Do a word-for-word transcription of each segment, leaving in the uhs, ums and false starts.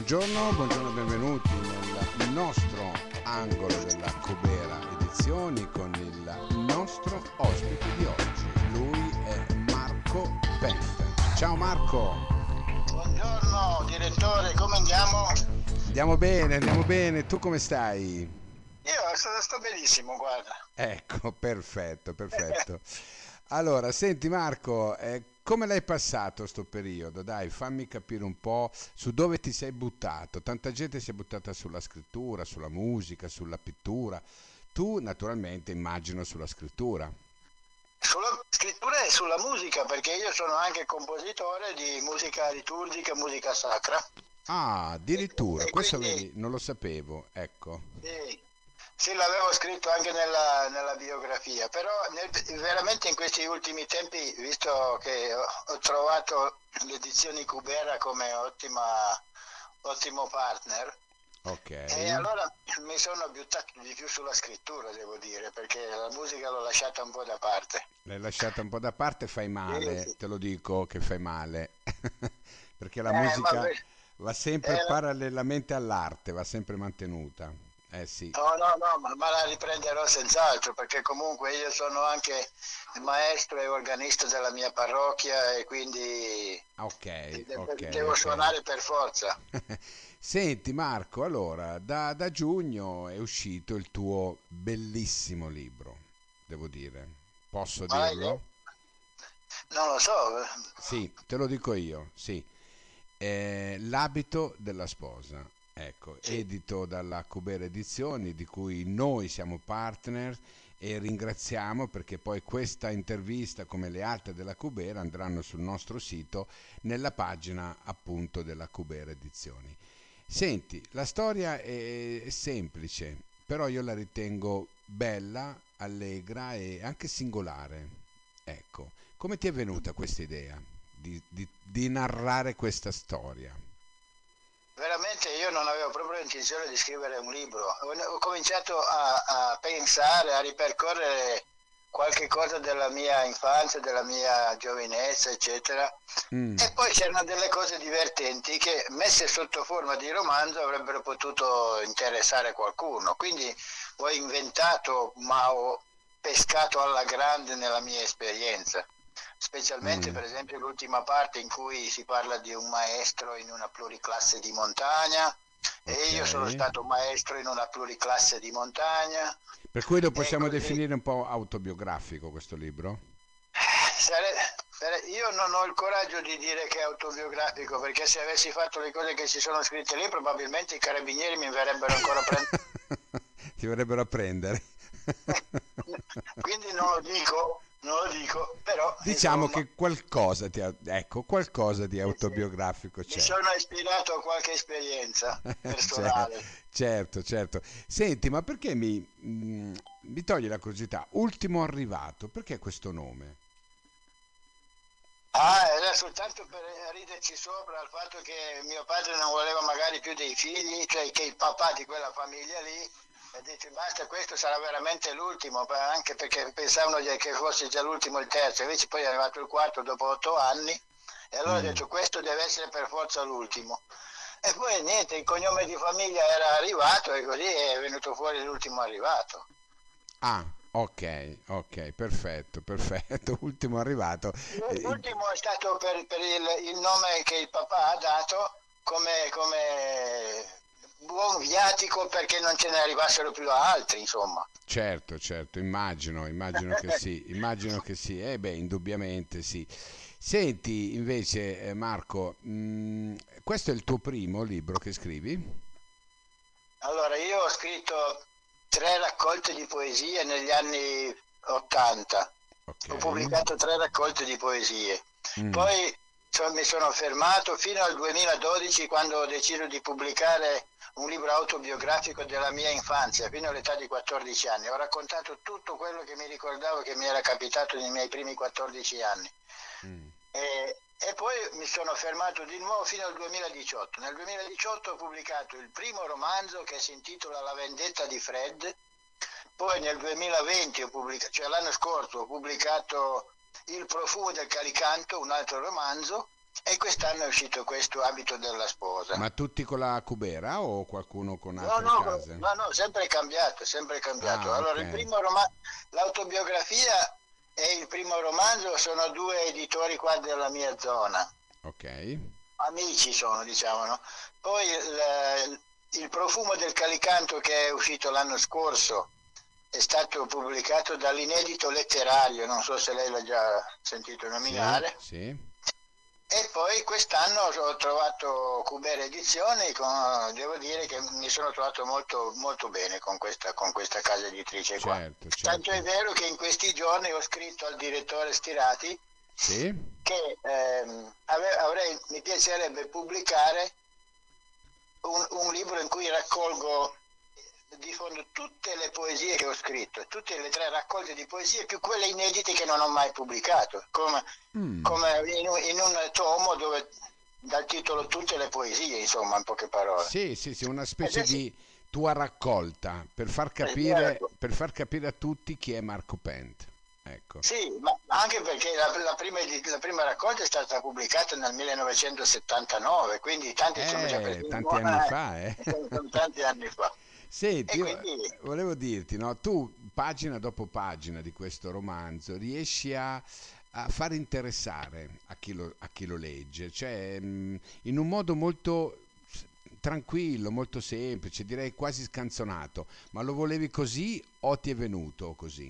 Buongiorno, buongiorno e benvenuti nel nostro angolo della Cubera Edizioni con il nostro ospite di oggi. Lui è Marco Pensten. Ciao Marco! Buongiorno direttore, come andiamo? Andiamo bene, andiamo bene. Tu come stai? Io sto, sto benissimo, guarda. Ecco, perfetto, perfetto. Allora, senti Marco, eh, come l'hai passato sto periodo? Dai, fammi capire un po' su dove ti sei buttato. Tanta gente si è buttata sulla scrittura, sulla musica, sulla pittura. Tu, naturalmente, immagino sulla scrittura. Sulla scrittura e sulla musica, perché io sono anche compositore di musica liturgica e musica sacra. Ah, E, addirittura, e questo quindi vedi, non lo sapevo, ecco. sì, sì, l'avevo scritto anche nella, nella biografia, però nel- veramente in questi ultimi tempi, visto che ho, ho trovato le edizioni Cubera come ottima, ottimo partner, Ok. e allora mi sono buttato di più sulla scrittura, devo dire, perché la musica l'ho lasciata un po' da parte. L'hai lasciata un po' da parte, fai Sì, male, sì. te lo dico che fai male, perché la Eh, musica vabbè. va sempre Eh, parallelamente all'arte, va sempre mantenuta. Eh sì, no, no, no, ma, ma la riprenderò senz'altro, perché comunque io sono anche maestro e organista della mia parrocchia e quindi ok, ok, de- devo ok. suonare per forza. Senti Marco, allora, da, da giugno è uscito il tuo bellissimo libro, devo dire. Posso Ma l'hai dirlo? letto? Non lo so. eh. Sì, te lo dico io, sì. Eh, L'abito della sposa, ecco, Sì. edito dalla Cubera Edizioni, di cui noi siamo partner e ringraziamo perché poi questa intervista, come le altre della Cubera, andranno sul nostro sito nella pagina appunto della Cubera Edizioni. Senti, la storia è, è semplice, però io la ritengo bella, allegra e anche singolare. Ecco, come ti è venuta questa idea di, di- di narrare questa storia? Veramente io non avevo proprio intenzione di scrivere un libro. Ho, ho cominciato a, a pensare, a ripercorrere qualche cosa della mia infanzia, della mia giovinezza, eccetera. Mm, E poi c'erano delle cose divertenti che, messe sotto forma di romanzo, avrebbero potuto interessare qualcuno. Quindi ho inventato, ma ho pescato alla grande nella mia esperienza, specialmente mm, per esempio l'ultima parte in cui si parla di un maestro in una pluriclasse di montagna e ok. io sono stato maestro in una pluriclasse di montagna Per cui lo e possiamo così. definire un po' autobiografico questo libro? Sare- sare- Io non ho il coraggio di dire che è autobiografico, perché se avessi fatto le cose che ci sono scritte lì, probabilmente i carabinieri mi verrebbero ancora a prendere. Ti vorrebbero prendere. Quindi non lo dico, non lo dico, però Diciamo insomma, che qualcosa ti ha- ecco, qualcosa di sì, sì. autobiografico Mi c'è. sono ispirato a qualche esperienza Cioè, personale. certo, certo. Senti, ma perché mi, mm, mi toglie la curiosità? Ultimo arrivato, perché questo nome? Ah, era soltanto per riderci sopra al fatto che mio padre non voleva magari più dei figli, cioè che il papà di quella famiglia lì, e dice basta, questo sarà veramente l'ultimo, pa- anche perché pensavano già che fosse già l'ultimo il terzo, invece poi è arrivato il quarto dopo otto anni, e allora ho Mm. detto questo deve essere per forza l'ultimo. E poi niente, il cognome di famiglia era arrivato e così è venuto fuori l'ultimo arrivato. Ah, ok, ok, perfetto, perfetto. Ultimo arrivato. Eh, L'ultimo è stato per, per il, il nome che il papà ha dato come, come buon viatico perché non ce ne arrivassero più altri, insomma. certo, certo, immagino, immagino che sì, immagino che sì. Eh beh, indubbiamente sì. Senti, invece, eh, Marco, mm, questo è il tuo primo libro che scrivi? Allora, io ho scritto tre raccolte di poesie negli anni ottanta, Ok. ho pubblicato tre raccolte di poesie, Mm, poi so- mi sono fermato fino al duemiladodici quando ho deciso di pubblicare un libro autobiografico della mia infanzia, fino all'età di quattordici anni. Ho raccontato tutto quello che mi ricordavo che mi era capitato nei miei primi quattordici anni. mm. E, e poi mi sono fermato di nuovo fino al duemiladiciotto. Nel duemiladiciotto ho pubblicato il primo romanzo che si intitola La vendetta di Fred, poi nel duemilaventi, ho pubblicato, cioè l'anno scorso, ho pubblicato Il profumo del calicanto, un altro romanzo, e quest'anno è uscito questo Abito della sposa. Ma tutti con la Cubera o qualcuno con No, altre no, case? no, no, sempre cambiato, sempre cambiato. Ah, Allora, il ok, primo romanzo, l'autobiografia e il primo romanzo sono due editori qua della mia zona, ok. amici sono, diciamo, no? Poi il, il Profumo del Calicanto, che è uscito l'anno scorso, è stato pubblicato dall'Inedito Letterario, non so se lei l'ha già sentito Sì, nominare. sì. E poi quest'anno ho trovato Cubera Edizioni, con, devo dire che mi sono trovato molto, molto bene con questa, con questa casa editrice qua. Certo, Tanto è certo. vero che in questi giorni ho scritto al direttore Stirati Sì? che ehm, ave- avrei, mi piacerebbe pubblicare un, un libro in cui raccolgo, diffondo tutte le poesie che ho scritto, tutte le tre raccolte di poesie, più quelle inedite che non ho mai pubblicato, come, Mm. come in, un, in un tomo dove dal titolo Tutte le poesie, insomma, in poche parole. Sì, sì, sì, una E specie adesso, di tua raccolta per far eh, capire, ecco, per far capire a tutti chi è Marco Pent. Ecco. sì, ma anche perché la, la prima, edi- la prima raccolta è stata pubblicata nel millenovecentosettantanove, quindi tanti sono già Eh, presenti, tanti anni fa, eh. sono, sono tanti anni fa. Senti, E io quindi volevo dirti, no, tu pagina dopo pagina di questo romanzo riesci a, a far interessare a chi lo, a chi lo legge, cioè mh, in un modo molto s- tranquillo, molto semplice, direi quasi scanzonato, ma lo volevi così o ti è venuto così?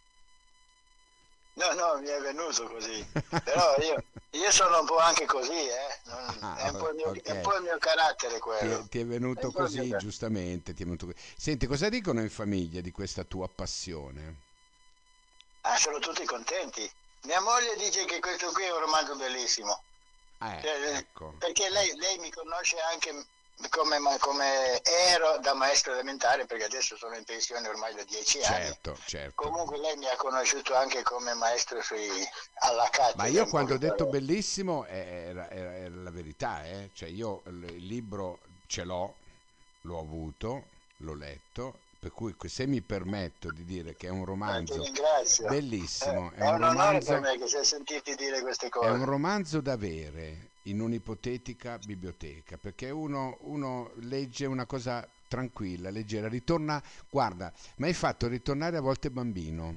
no, no, mi è venuto così, però io, io sono un po' anche così, eh? Non- è, un Ah, po il mio, è un ok. po' il mio carattere Ti è, quello. ti è È un venuto po' il mio così, carattere. giustamente. Ti è venuto così. Senti, cosa dicono in famiglia di questa tua passione? Ah, sono tutti contenti. Mia moglie dice che questo qui è un romanzo bellissimo. Eh, Cioè, ecco, perché lei, ecco. lei mi conosce anche come, ma- come ero da maestro elementare, perché adesso sono in pensione ormai da dieci anni. Certo, certo. Comunque lei mi ha conosciuto anche come maestro sui- alla Ma cattedra, io in quando poche ho detto parole. bellissimo eh, era, era- era la verità, eh. Cioè io il il libro ce l'ho, l'ho avuto, l'ho letto, per cui se mi permetto di dire che è un Eh, ti romanzo ringrazio. Eh, bellissimo, è è un un onore per romanzo me che sei sentiti dire queste È un cose. romanzo da avere in un'ipotetica biblioteca, perché uno, uno legge una cosa tranquilla, leggera, ritorna, guarda, mi hai fatto ritornare a volte bambino,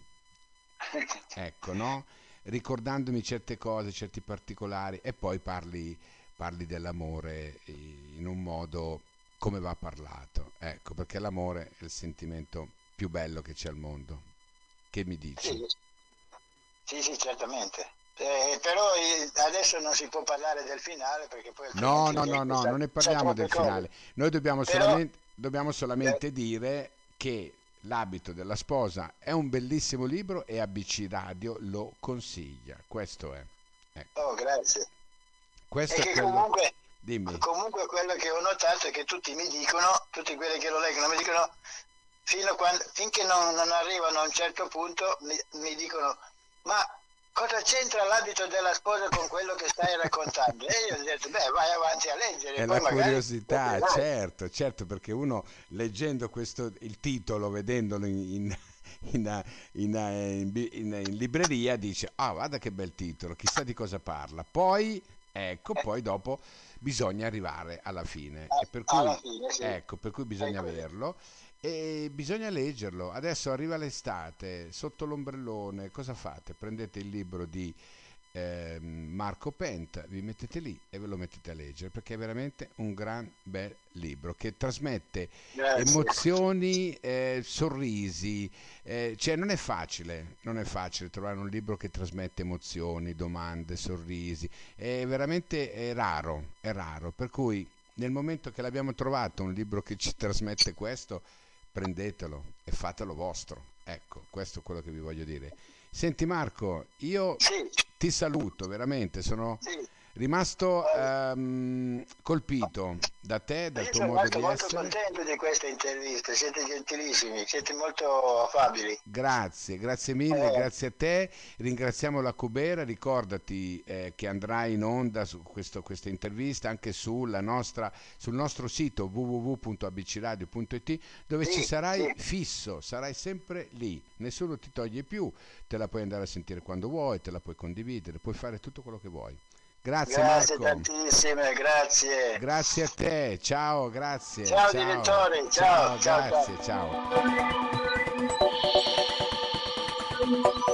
ecco, no? Ricordandomi certe cose, certi particolari, e poi parli, parli dell'amore in un modo come va parlato, ecco, perché l'amore è il sentimento più bello che c'è al mondo. Che mi dici? Sì, sì, sì, certamente. Eh, però eh, adesso non si può parlare del finale perché poi No, altrimenti il no, no, tempo no, sa, non ne sa parliamo troppe del cose. finale. Noi dobbiamo Però solamente, dobbiamo eh, solamente dire che L'abito della sposa è un bellissimo libro e A B C Radio lo consiglia. Questo è. Ecco, oh, grazie. E questo è che quello. comunque, Dimmi. comunque quello che ho notato è che tutti mi dicono, tutti quelli che lo leggono mi dicono, fino a quando, finché non, non arrivano a un certo punto, mi, mi dicono, ma cosa c'entra l'abito della sposa con quello che stai raccontando? E io ho detto, beh, vai avanti a leggere, È poi la magari curiosità, capirai. certo, certo, perché uno leggendo questo, il titolo, vedendolo in, in, in, in, in bi- in- in libreria, dice, ah, guarda che bel titolo, chissà di cosa parla. Poi, ecco, Eh, poi dopo bisogna arrivare alla fine, e a- per alla cui, fine, sì, ecco, per cui è bisogna così. averlo e bisogna leggerlo. Adesso arriva l'estate, sotto l'ombrellone, cosa fate? Prendete il libro di ehm, Marco Penta, vi mettete lì e ve lo mettete a leggere perché è veramente un gran bel libro che trasmette Grazie. emozioni, eh, sorrisi, eh, cioè non è facile, non è facile trovare un libro che trasmette emozioni, domande, sorrisi, è veramente è raro, è raro, per cui nel momento che l'abbiamo trovato un libro che ci trasmette questo, prendetelo e fatelo vostro. Ecco, questo è quello che vi voglio dire. Senti Marco, io Sì, ti saluto, veramente, sono sì. rimasto Eh, ehm, colpito da te, dal Io tuo sono modo molto, di molto essere. contento di questa intervista, siete gentilissimi, siete molto affabili. Grazie, grazie mille, Eh, grazie a te. Ringraziamo la Cubera. Ricordati eh, che andrà in onda su questo- questa intervista anche sulla nostra, sul nostro sito w w w punto a b c radio punto i t dove ci sì, sarai sì, fisso, sarai sempre lì. Nessuno ti toglie più, te la puoi andare a sentire quando vuoi, te la puoi condividere, puoi fare tutto quello che vuoi. Grazie, Grazie Marco. tantissime, grazie. Grazie a te, ciao, grazie. Ciao, ciao. direttore, ciao, ciao, grazie, ciao. ciao.